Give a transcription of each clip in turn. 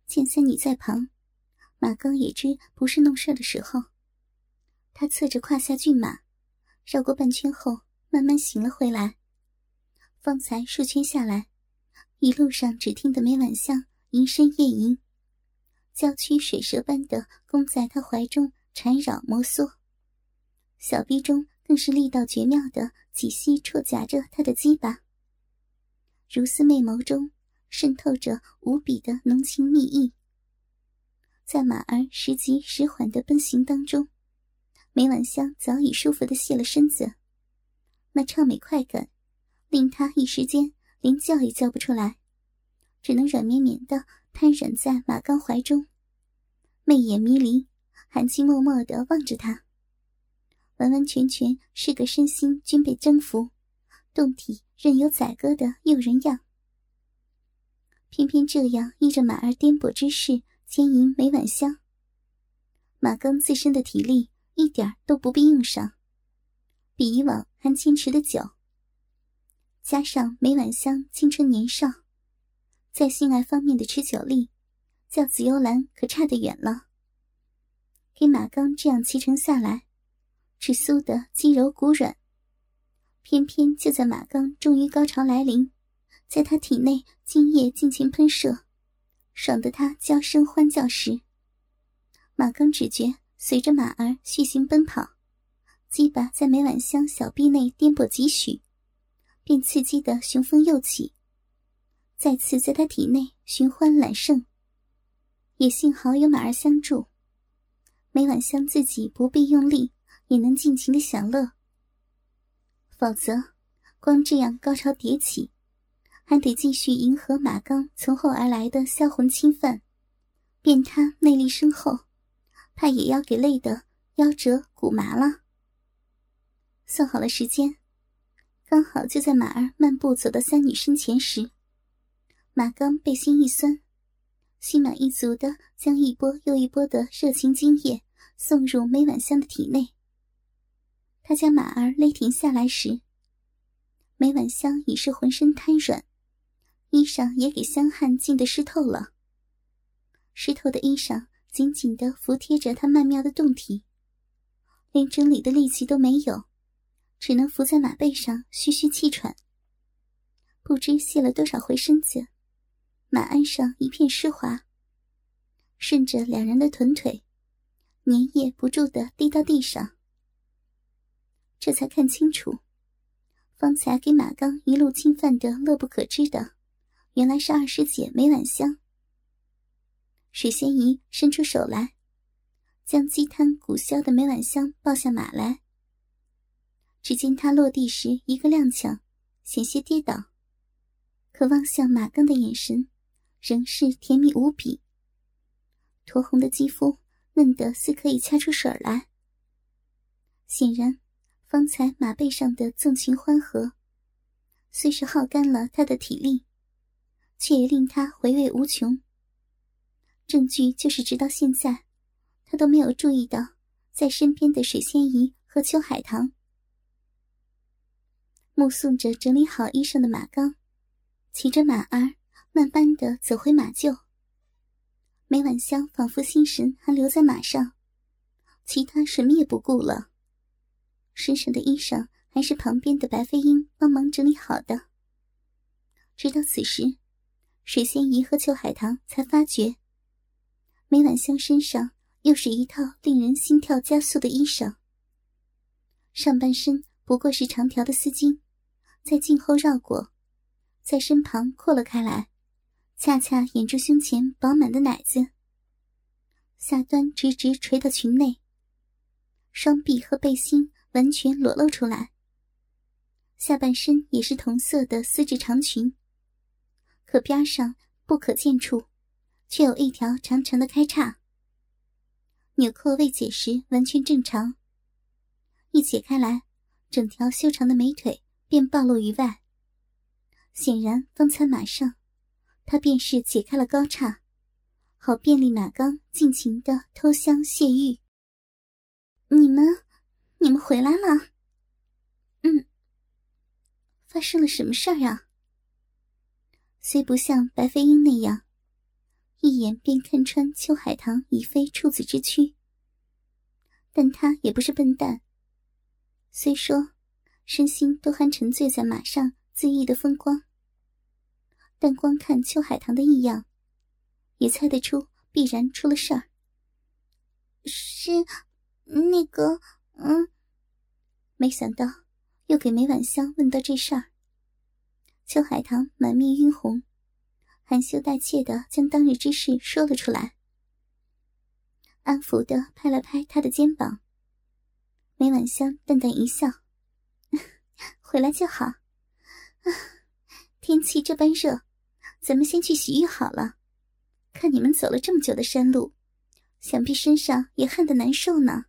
见三女在旁，马刚也知不是弄事的时候。他侧着胯下骏马，绕过半圈后慢慢行了回来。方才数圈下来，一路上只听得梅婉香吟声夜吟，娇躯水蛇般的弓在他怀中缠绕摩挲，小臂中更是力道绝妙的几息戳夹着他的鸡巴，如丝媚眸中渗透着无比的浓情蜜意。在马儿时急时缓的奔行当中，梅婉香早已舒服地卸了身子，那畅美快感令他一时间连叫也叫不出来，只能软绵绵地瘫软在马刚怀中，媚眼迷离，含情脉脉地望着他，完完全全是个身心均被征服，动体任由宰割的诱人样。偏偏这样依着马儿颠簸之势牵引梅婉香，马刚自身的体力一点都不必用上，比以往还坚持的久。加上梅婉香青春年少，在性爱方面的持久力较紫幽兰可差得远了。给马刚这样骑乘下来，只酥得肌柔骨软，偏偏就在马刚终于高潮来临，在他体内精液尽情喷射，爽得他娇声欢叫时，马刚只觉随着马儿续行奔跑，鸡巴在梅婉香小臂内颠簸几许，便刺激得雄风又起，再次在他体内寻欢揽胜。也幸好有马儿相助，梅婉香自己不必用力也能尽情的享乐，否则光这样高潮迭起，还得继续迎合马刚从后而来的销魂侵犯，便他内力深厚，怕也要给累得腰折骨麻了。算好了时间，刚好就在马儿漫步走到三女身前时，马刚背心一酸，心满意足地将一波又一波的热情精液送入梅婉香的体内。他将马儿勒停下来时，梅婉香已是浑身瘫软，衣裳也给香汗浸得湿透了。湿透的衣裳紧紧地服贴着她曼妙的胴体，连整理的力气都没有，只能伏在马背上吁吁气喘。不知卸了多少回身子，马鞍上一片湿滑，顺着两人的臀腿，粘液不住地滴到地上。这才看清楚，方才给马刚一路侵犯的乐不可支的，原来是二师姐梅婉香。水仙姨伸出手来，将积瘫骨消的梅婉香抱下马来。只见她落地时一个踉跄，险些跌倒，可望向马刚的眼神仍是甜蜜无比，酡红的肌肤嫩得似可以掐出水来。显然方才马背上的纵情欢合，虽是耗干了他的体力，却也令他回味无穷。证据就是直到现在，他都没有注意到在身边的水仙姨和秋海棠。目送着整理好衣裳的马刚，骑着马儿慢慢地走回马厩。梅婉香仿佛心神还留在马上，其他什么也不顾了。身上的衣裳还是旁边的白飞鹰帮忙整理好的。直到此时，水仙姨和秋海棠才发觉梅婉香身上又是一套令人心跳加速的衣裳。上半身不过是长条的丝巾，在颈后绕过，在身旁扩了开来，恰恰掩住胸前饱满的奶子，下端直直垂到裙内，双臂和背心完全裸露出来。下半身也是同色的丝质长裙，可边上不可见处却有一条长长的开叉，纽扣未解时完全正常，一解开来，整条修长的美腿便暴露于外。显然方才马上他便是解开了高叉，好便利马刚尽情的偷香泄欲。你们回来了？发生了什么事儿啊？虽不像白飞鹰那样一一眼便看穿邱海棠已非处子之躯。但他也不是笨蛋，虽说身心都还沉醉在马上恣意的风光，但光看邱海棠的异样，也猜得出必然出了事儿。是那个没想到又给梅婉香问到这事儿。邱海棠满面晕红，含羞带怯地将当日之事说了出来，安抚地拍了拍他的肩膀。梅婉香淡淡一笑，回来就好。天气这般热，咱们先去洗浴好了。看你们走了这么久的山路，想必身上也汗得难受呢。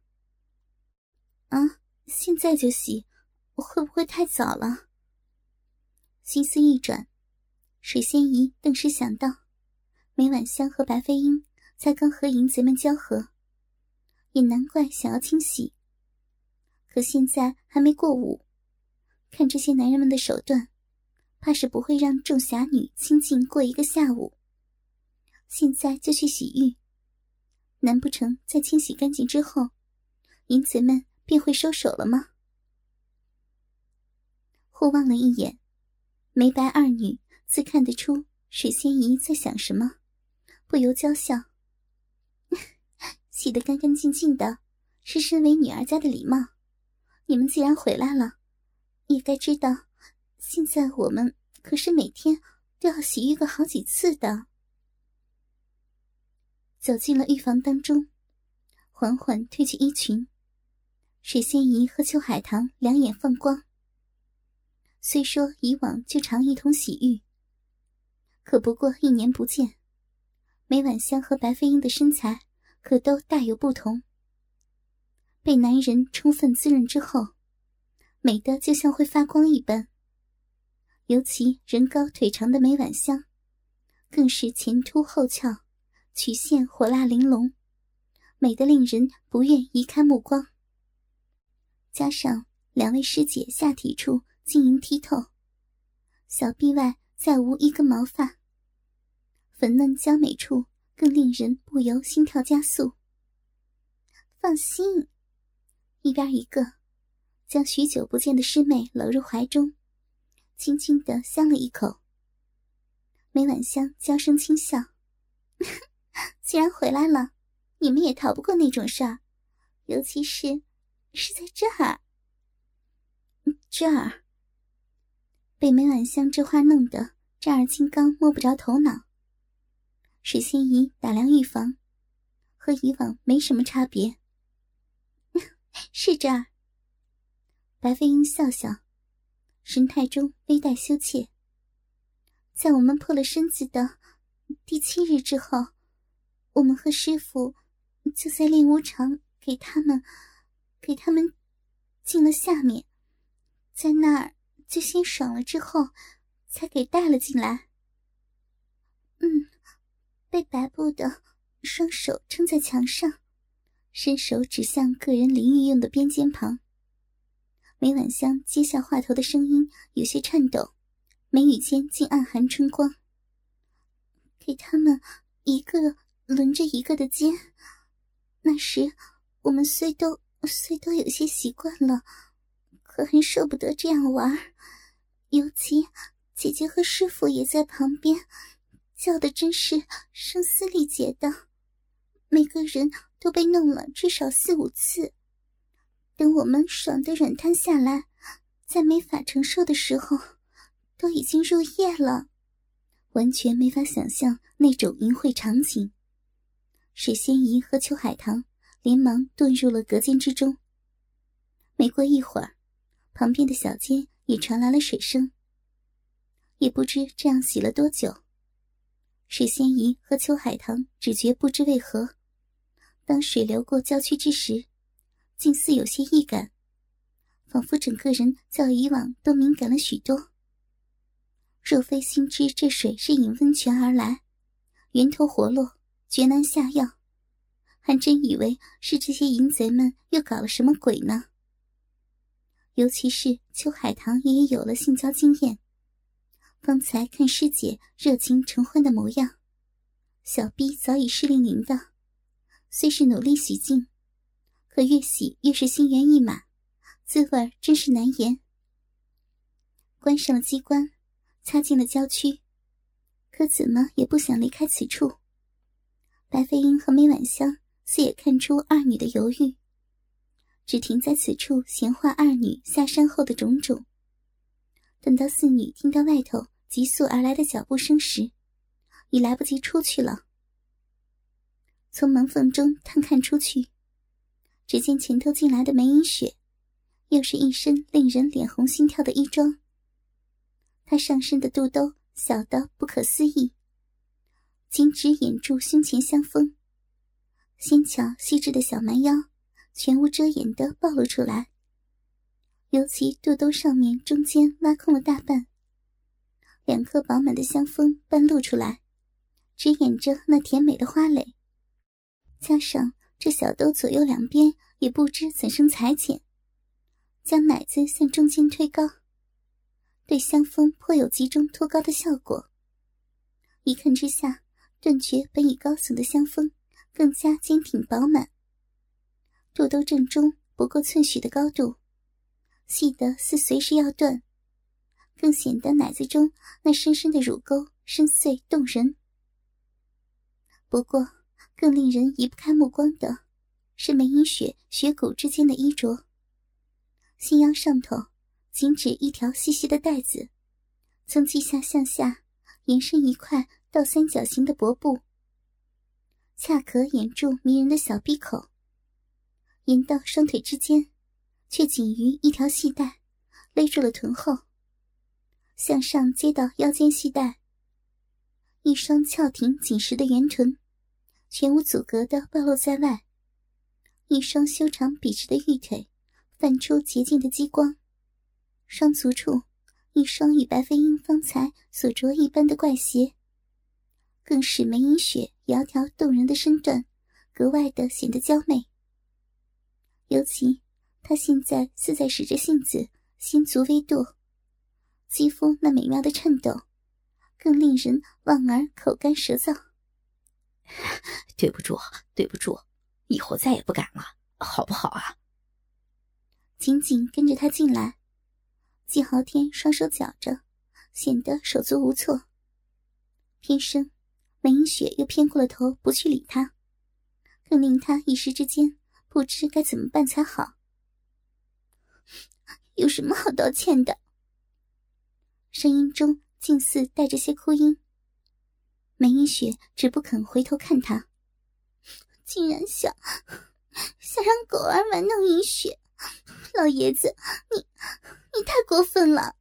现在就洗，会不会太早了？心思一转，水仙姨顿时想到，梅婉香和白飞鹰才刚和淫贼们交合，也难怪想要清洗。可现在还没过午，看这些男人们的手段，怕是不会让众侠女清静过一个下午。现在就去洗浴，难不成在清洗干净之后，淫贼们便会收手了吗？互望了一眼，梅白二女自看得出水仙姨在想什么，不由娇笑。洗得干干净净的，是身为女儿家的礼貌。你们既然回来了，也该知道，现在我们可是每天都要洗浴个好几次的。走进了浴房当中，缓缓褪去衣裙，水仙姨和邱海棠两眼放光。虽说以往就常一同洗浴，可不过1年不见，梅婉香和白飞鹰的身材可都大有不同。被男人充分滋润之后，美得就像会发光一般。尤其人高腿长的梅婉香，更是前凸后翘，曲线火辣玲珑，美得令人不愿移开目光。加上两位师姐下体处晶莹剔透，小臂外再无一根毛发，粉嫩娇美处更令人不由心跳加速。放心，一边一个将许久不见的师妹搂入怀中，轻轻地香了一口。梅婉香娇声轻笑，既然回来了，你们也逃不过那种事儿，尤其是在这儿。这儿被梅婉香这话弄得丈二金刚摸不着头脑。水仙姨打量浴房，和以往没什么差别。是这儿。白飞鹰笑笑，神态中微带羞怯。在我们破了身子的第7日之后，我们和师父就在练武场给他们进了下面，在那儿就先爽了，之后才给带了进来。被白布的双手撑在墙上，伸手指向个人淋浴用的边间旁。梅婉香接下话头的声音有些颤抖，眉宇间竟暗含春光。给他们一个轮着一个的肩，那时我们虽都有些习惯了，可很舍不得这样玩，尤其姐姐和师父也在旁边，叫的真是声嘶力竭的，每个人都被弄了至少4、5次。等我们爽得软瘫下来，在没法承受的时候，都已经入夜了，完全没法想象那种淫秽场景。水仙姨和邱海棠连忙遁入了隔间之中。没过一会儿，旁边的小间也传来了水声。也不知这样洗了多久，水仙姨和邱海棠只觉不知为何，当水流过娇躯之时，竟似有些异感，仿佛整个人较以往都敏感了许多。若非心知这水是引温泉而来，源头活络，绝难下药，还真以为是这些淫贼们又搞了什么鬼呢。尤其是邱海棠也有了性交经验，方才看师姐热情成欢的模样， 小臂早已湿淋淋的，虽是努力洗净，可越洗越是心猿意马，滋味真是难言。关上了机关，擦进了娇躯，可怎么也不想离开此处。白飞鹰和梅婉香似也看出二女的犹豫，只停在此处闲话二女下山后的种种。等到四女听到外头急速而来的脚步声时，已来不及出去了。从门缝中探看出去，只见前头进来的梅影雪，又是一身令人脸红心跳的衣装。她上身的肚兜小得不可思议，紧只掩住胸前香风，纤巧细致的小蛮腰全无遮掩地暴露出来，尤其肚兜上面中间挖空了大半，2颗饱满的香风半露出来，只掩着那甜美的花蕾。加上这小兜左右两边也不知怎生裁剪，将奶子向中间推高，对香风颇有集中托高的效果。一看之下，顿觉本已高耸的香风更加坚挺饱满。肚兜正中不过寸许的高度，细得似随时要断，更显得奶子中那深深的乳沟深邃动人。不过更令人移不开目光的是梅影雪雪骨之间的衣着，细腰上头仅止一条细细的带子，从脐下向下延伸一块倒三角形的脖部，恰可掩住迷人的小臂口，延到双腿之间，却仅于一条细带勒住了臀后，向上接到腰间细带，一双翘挺紧实的圆臀全无阻隔地暴露在外，一双修长笔直的玉腿泛出洁净的激光，双足处一双与白飞鹰方才所着一般的怪鞋，更使梅影雪窈窕动人的身段格外的显得娇媚。尤其她现在似在使着性子心足微堕，肌肤那美妙的颤抖更令人望而口干舌燥。 对不住，对不住，以后再也不敢了，好不好啊？ 紧紧跟着他进来，季豪天双手绞着，显得手足无措。偏生梅影雪又偏过了头不去理他，更令他一时之间不知该怎么办才好。有什么好道歉的？声音中竟似带着些哭音。梅影雪只不肯回头看他，竟然想让狗儿玩弄影雪，老爷子，你太过分了。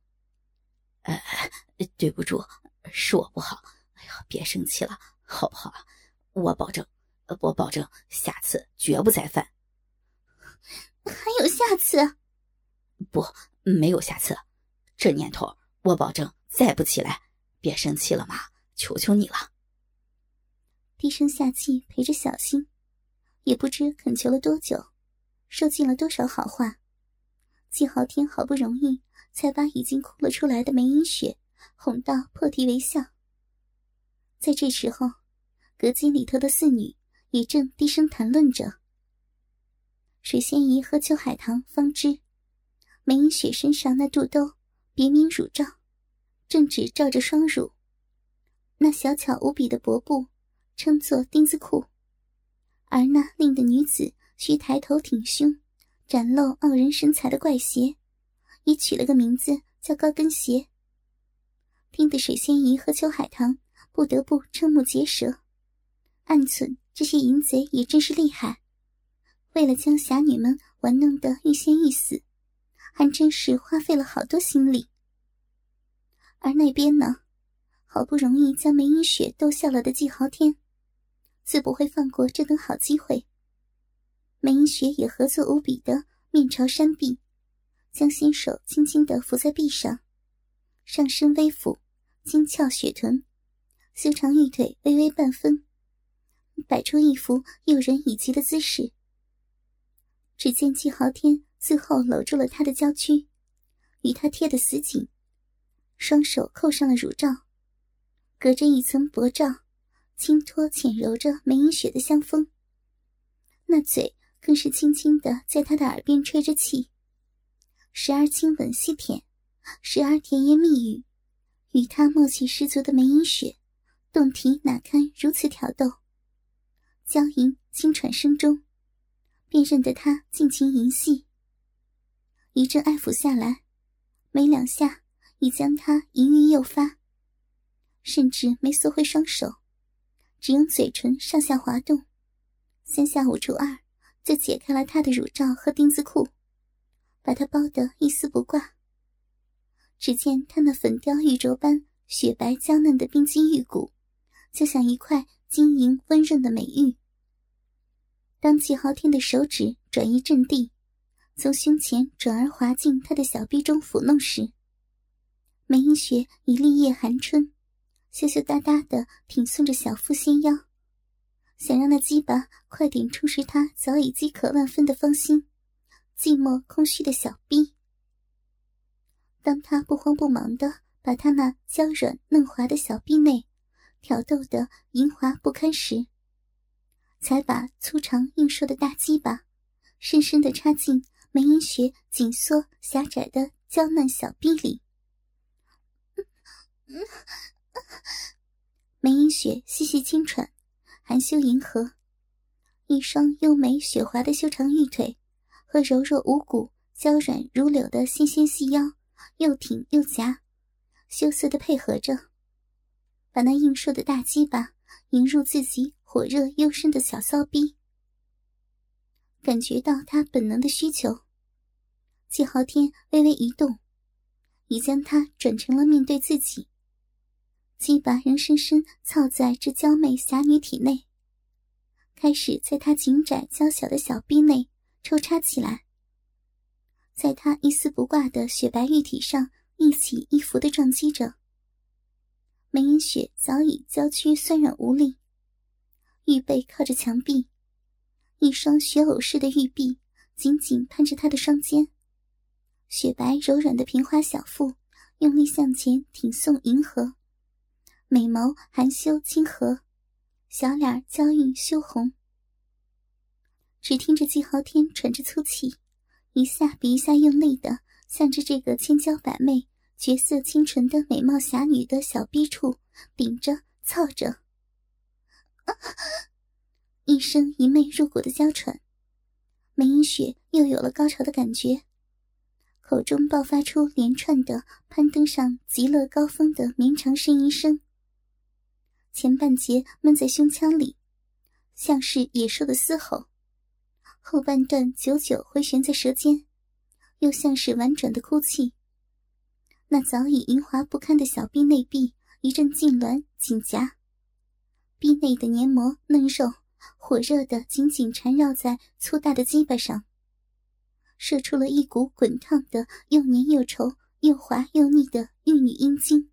对不住，是我不好，哎呀，别生气了，好不好啊？我保证下次绝不再犯。 还有下次？ 不，没有下次，这年头我保证再不起来，别生气了嘛，求求你了。 低声下气陪着小心，也不知恳求了多久，说尽了多少好话。季豪天好不容易才把已经哭了出来的梅影雪哄到破涕为笑。在这时候，隔间里头的四女也正低声谈论着。水仙姨和秋海棠方知梅影雪身上那肚兜别名乳罩，正只罩着双乳，那小巧无比的脖部称作丁字裤，而那令的女子需抬头挺胸展露傲人身材的怪鞋也取了个名字叫高跟鞋，听得水仙姨和秋海棠不得不瞠目结舌，暗忖这些淫贼也真是厉害，为了将侠女们玩弄得欲仙欲死，还真是花费了好多心力。而那边呢，好不容易将梅影雪逗笑了的季豪天自不会放过这等好机会。梅影雪也合作无比的面朝山壁，将纤手轻轻地扶在壁上，上身微俯，精翘雪臀，修长玉腿微微半分，摆出一副诱人以极的姿势。只见季豪天自后搂住了她的娇躯，与她贴得死紧，双手扣上了乳罩，隔着一层薄罩， 轻托浅揉着梅英雪的香风，那嘴更是轻轻地在她的耳边吹着气，时而亲吻细舔，时而甜言蜜语，与她默契十足的梅英雪动体哪堪如此挑逗。娇吟轻喘声中，便认得她尽情淫戏。一阵爱抚下来，没两下已将她淫欲诱发，甚至没缩回双手，只用嘴唇上下滑动，3下5除2就解开了她的乳罩和丁字裤，把她包得一丝不挂。只见她那粉雕玉琢般雪白娇嫩的冰肌玉骨，就像一块晶莹温润的美玉。当季豪天的手指转移阵地，从胸前转而滑进他的小臂中抚弄时，梅英雪已立叶寒春，羞羞答答地挺送着小腹纤腰，想让那鸡巴快点充实他早已饥渴万分的芳心，寂寞空虚的小臂。当他不慌不忙地把他那娇软嫩滑的小臂内挑逗得淫滑不堪时，才把粗长硬硕的大鸡巴深深地插进梅英雪紧缩狭窄的娇嫩小臂里。梅英雪细细轻喘，含羞迎合，一双优美雪滑的修长玉腿和柔弱无骨娇软如柳的纤纤细腰又挺又夹，羞涩地配合着，把那硬硕的大鸡巴引入自己火热幽深的小骚逼。感觉到他本能的需求，季豪天微微一动，已将他转成了面对自己，鸡巴仍深深操在这娇媚侠女体内，开始在她紧窄娇小的小臂内抽插起来，在她一丝不挂的雪白玉体上一起一伏地撞击着。梅英雪早已娇躯酸软无力，玉背靠着墙壁，一双雪藕似的玉臂紧紧攀着她的双肩，雪白柔软的平滑小腹用力向前挺送迎合，美眸含羞亲和，小脸娇韵羞红。只听着季豪天喘着粗气，一下比一下用力地向着这个千娇百媚绝色清纯的美貌侠女的小逼处顶着操着，一声一媚入骨的娇喘，梅英雪又有了高潮的感觉，口中爆发出连串的攀登上极乐高峰的绵长呻吟声，前半截闷在胸腔里，像是野兽的嘶吼，后半段久久回旋在舌尖，又像是婉转的哭泣。那早已淫滑不堪的小臂内壁一阵痉挛紧夹，臂内的黏膜嫩肉火热地紧紧缠绕在粗大的鸡巴上，射出了一股滚烫的又黏又稠又滑又腻的玉女阴茎。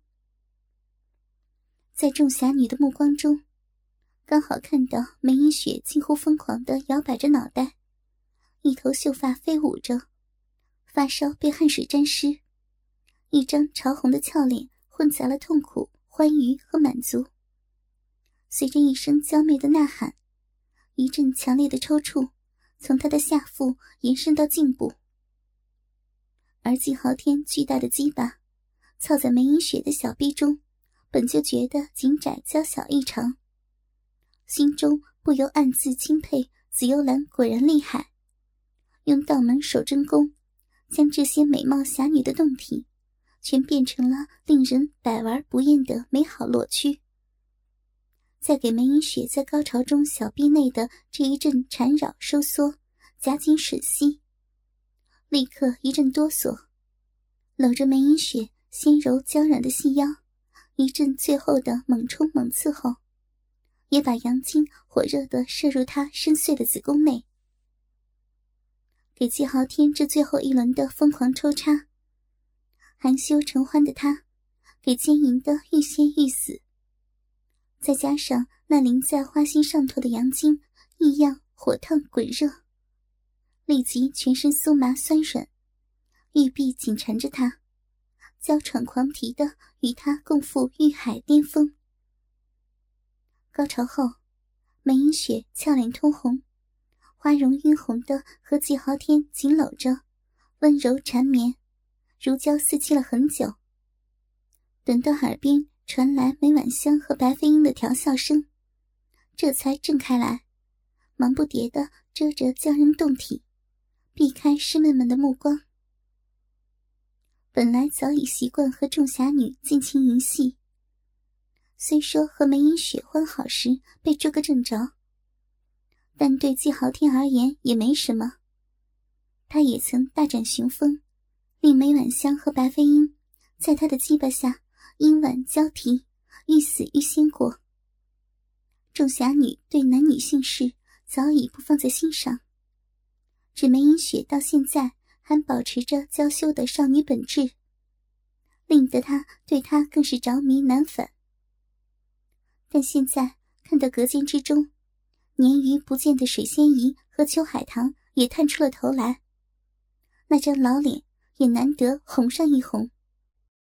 在众侠女的目光中，刚好看到梅英雪近乎疯狂地摇摆着脑袋，一头秀发飞舞着，发梢被汗水沾湿，一张潮红的俏脸混杂了痛苦、欢愉和满足。随着一声娇媚的呐喊，一阵强烈的抽搐从她的下腹延伸到颈部，而季豪天巨大的鸡巴操在梅英雪的小臂中，本就觉得紧窄娇小异常，心中不由暗自钦佩紫幽兰果然厉害，用道门守真功将这些美貌侠女的动体全变成了令人百玩不厌的美好裸躯。再给梅英雪在高潮中小臂内的这一阵缠绕收缩夹紧吮吸，立刻一阵哆嗦，搂着梅英雪纤柔娇软的细腰，一阵最后的猛冲猛刺后，也把阳精火热地射入她深邃的子宫内。给季豪天这最后一轮的疯狂抽插，含羞成欢的他给奸淫的欲仙欲死，再加上那淋在花心上头的阳精异样火烫滚热，立即全身酥麻酸软，玉臂紧缠着他，娇喘狂啼的与他共赴欲海巅峰。 高潮后，梅英雪俏脸通红，花容晕红的和季豪天紧搂着，温柔缠绵，如胶似漆了很久。等到耳边传来梅婉香和白飞鹰的调笑声，这才震开来，忙不迭地遮着将人动体，避开师妹们的目光。本来早已习惯和众侠女尽情淫戏，虽说和梅英雪欢好时被捉个正着，但对季豪天而言也没什么。他也曾大展雄风，令梅婉香和白飞鹰在他的鸡巴下阴婉交替，欲死欲仙过。众侠女对男女性事早已不放在心上，只梅英雪到现在还保持着娇羞的少女本质，令得他对她更是着迷难返。但现在看到隔间之中，年余不见的水仙姨和邱海棠也探出了头来，那张老脸也难得红上一红。